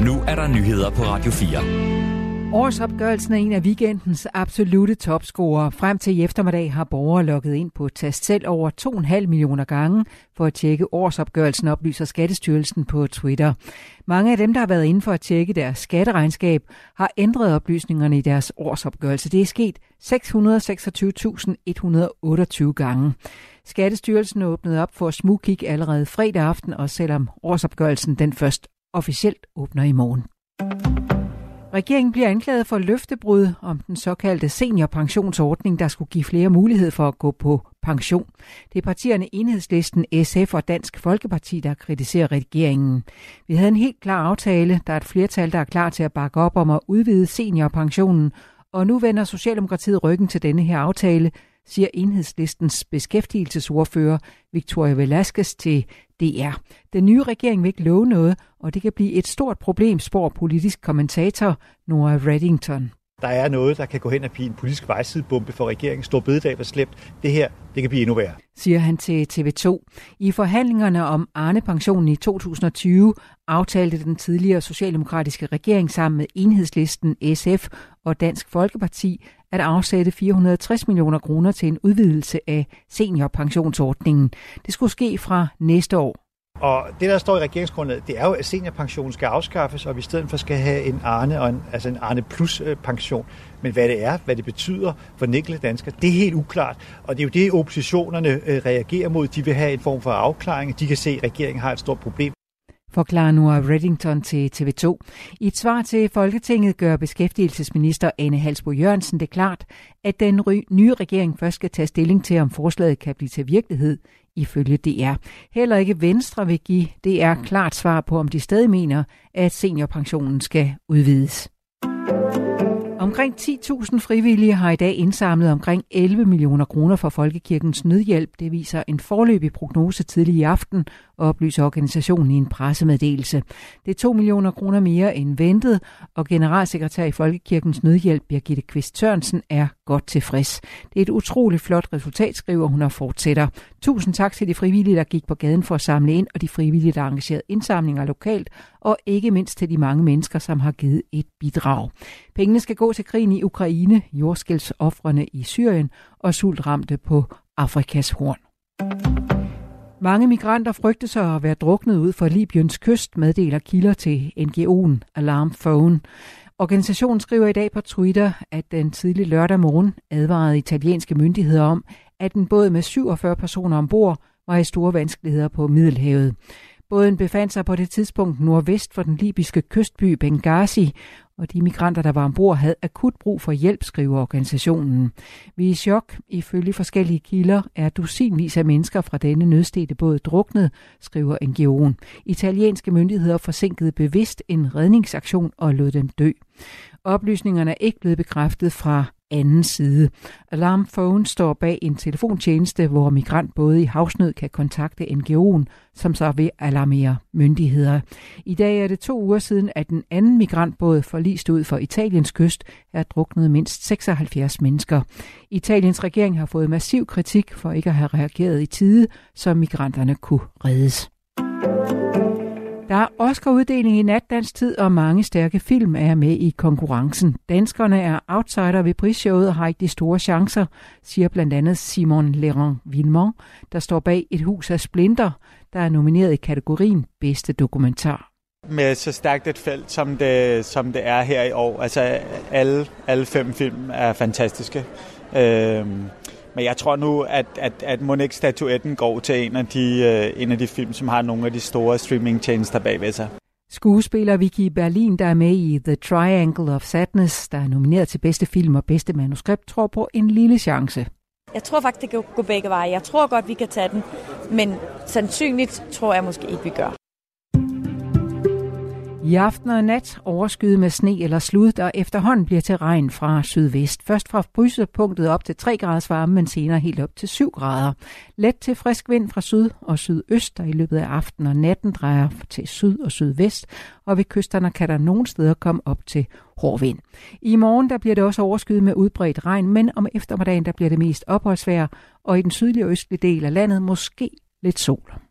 Nu er der nyheder på Radio 4. Årsopgørelsen er en af weekendens absolute topscorer. Frem til i eftermiddag har borgere logget ind på Tast Selv over 2,5 millioner gange for at tjekke årsopgørelsen, oplyser Skattestyrelsen på Twitter. Mange af dem, der har været inde for at tjekke deres skatteregnskab, har ændret oplysningerne i deres årsopgørelse. Det er sket 626.128 gange. Skattestyrelsen åbnede op for smugkig allerede fredag aften, og selvom årsopgørelsen den først officielt åbner i morgen. Regeringen bliver anklaget for løftebrud om den såkaldte seniorpensionsordning, der skulle give flere mulighed for at gå på pension. Det er partierne Enhedslisten, SF og Dansk Folkeparti, der kritiserer regeringen. Vi havde en helt klar aftale. Der er et flertal, der er klar til at bakke op om at udvide seniorpensionen, og nu vender Socialdemokratiet ryggen til denne her aftale, siger Enhedslistens beskæftigelsesordfører Victoria Velasquez til DR. Den nye regering vil ikke love noget, og det kan blive et stort problem, spår politisk kommentator Nora Reddington. Der er noget, der kan gå hen og blive en politisk vejsidebombe for regeringen. Stor bededag var slemt. Det her, det kan blive endnu værre, siger han til TV2. I forhandlingerne om Arne-pensionen i 2020 aftalte den tidligere socialdemokratiske regering sammen med Enhedslisten, SF og Dansk Folkeparti at afsætte 460 millioner kroner til en udvidelse af seniorpensionsordningen. Det skulle ske fra næste år. Og det, der står i regeringsgrundlaget, det er jo, at seniorpensionen skal afskaffes, og vi i stedet for skal have en Arne og en Arne plus pension. Men hvad det er, hvad det betyder for den enkelte dansker, det er helt uklart. Og det er jo det, oppositionerne reagerer mod. De vil have en form for afklaring. De kan se, at regeringen har et stort problem. Forklarer Nora Reddington til TV2. I et svar til Folketinget gør beskæftigelsesminister Ane Halsboe-Jørgensen det klart, at den nye regering først skal tage stilling til, om forslaget kan blive til virkelighed, ifølge DR. Heller ikke Venstre vil give DR klart svar på, om de stadig mener, at seniorpensionen skal udvides. Omkring 10.000 frivillige har i dag indsamlet omkring 11 millioner kroner for Folkekirkens Nødhjælp. Det viser en foreløbig prognose tidlig i aften, oplyser organisationen i en pressemeddelelse. Det er 2 millioner kroner mere end ventet, og generalsekretær i Folkekirkens Nødhjælp, Birgitte Kvist Sørensen, er godt tilfreds. Det er et utroligt flot resultat, skriver hun og fortsætter. Tusind tak til de frivillige, der gik på gaden for at samle ind, og de frivillige, der arrangerede indsamlinger lokalt, og ikke mindst til de mange mennesker, som har givet et bidrag. Pengene skal gå til krigen i Ukraine, jordskælvsofrene i Syrien og sultramte på Afrikas Horn. Mange migranter frygter sig at være druknet ud for Libyens kyst, meddeler kilder til NGO'en Alarm Phone. Organisationen skriver i dag på Twitter, at den tidlig lørdag morgen advarede italienske myndigheder om, at en båd med 47 personer ombord var i store vanskeligheder på Middelhavet. Båden befandt sig på det tidspunkt nordvest for den libyske kystby Benghazi, og de migranter, der var ombord, havde akut brug for hjælp, skriver organisationen. Vi er i chok. Ifølge forskellige kilder er dusinvis af mennesker fra denne nødstedte båd druknet, skriver NGO'en. Italienske myndigheder forsinkede bevidst en redningsaktion og lod dem dø. Oplysningerne er ikke blevet bekræftet fra anden side. Alarm Phone står bag en telefontjeneste, hvor migrantbåde i havsnød kan kontakte NGO'en, som så vil alarmere myndigheder. I dag er det 2 uger siden, at den anden migrantbåd forlist ud for Italiens kyst er druknet mindst 76 mennesker. Italiens regering har fået massiv kritik for ikke at have reageret i tide, så migranterne kunne reddes. Der er Oscar-uddeling i nat dansk tid, og mange stærke film er med i konkurrencen. Danskerne er outsider ved prisshowet og har ikke de store chancer, siger blandt andet Simon Legrand-Villemont, der står bag Et hus af splinter, der er nomineret i kategorien bedste dokumentar. Med så stærkt et felt, som det er her i år. Altså alle 5 film er fantastiske. Men jeg tror nu, at Monex-statuetten går til en af de film, som har nogle af de store streamingtjenester bagved sig. Skuespiller Vicky Berlin, der er med i The Triangle of Sadness, der er nomineret til bedste film og bedste manuskript, tror på en lille chance. Jeg tror faktisk, det kan gå begge veje. Jeg tror godt, vi kan tage den, men sandsynligt tror jeg måske ikke, vi gør. I aften og nat overskyet med sne eller slud, der efterhånden bliver til regn fra sydvest. Først fra frysepunktet op til 3 graders varme, men senere helt op til 7 grader. Let til frisk vind fra syd og sydøst, der i løbet af aftenen og natten drejer til syd og sydvest. Og ved kysterne kan der nogle steder komme op til hård vind. I morgen der bliver det også overskyet med udbredt regn, men om eftermiddagen der bliver det mest opholdsvejr, og i den sydlige og østlige del af landet måske lidt sol.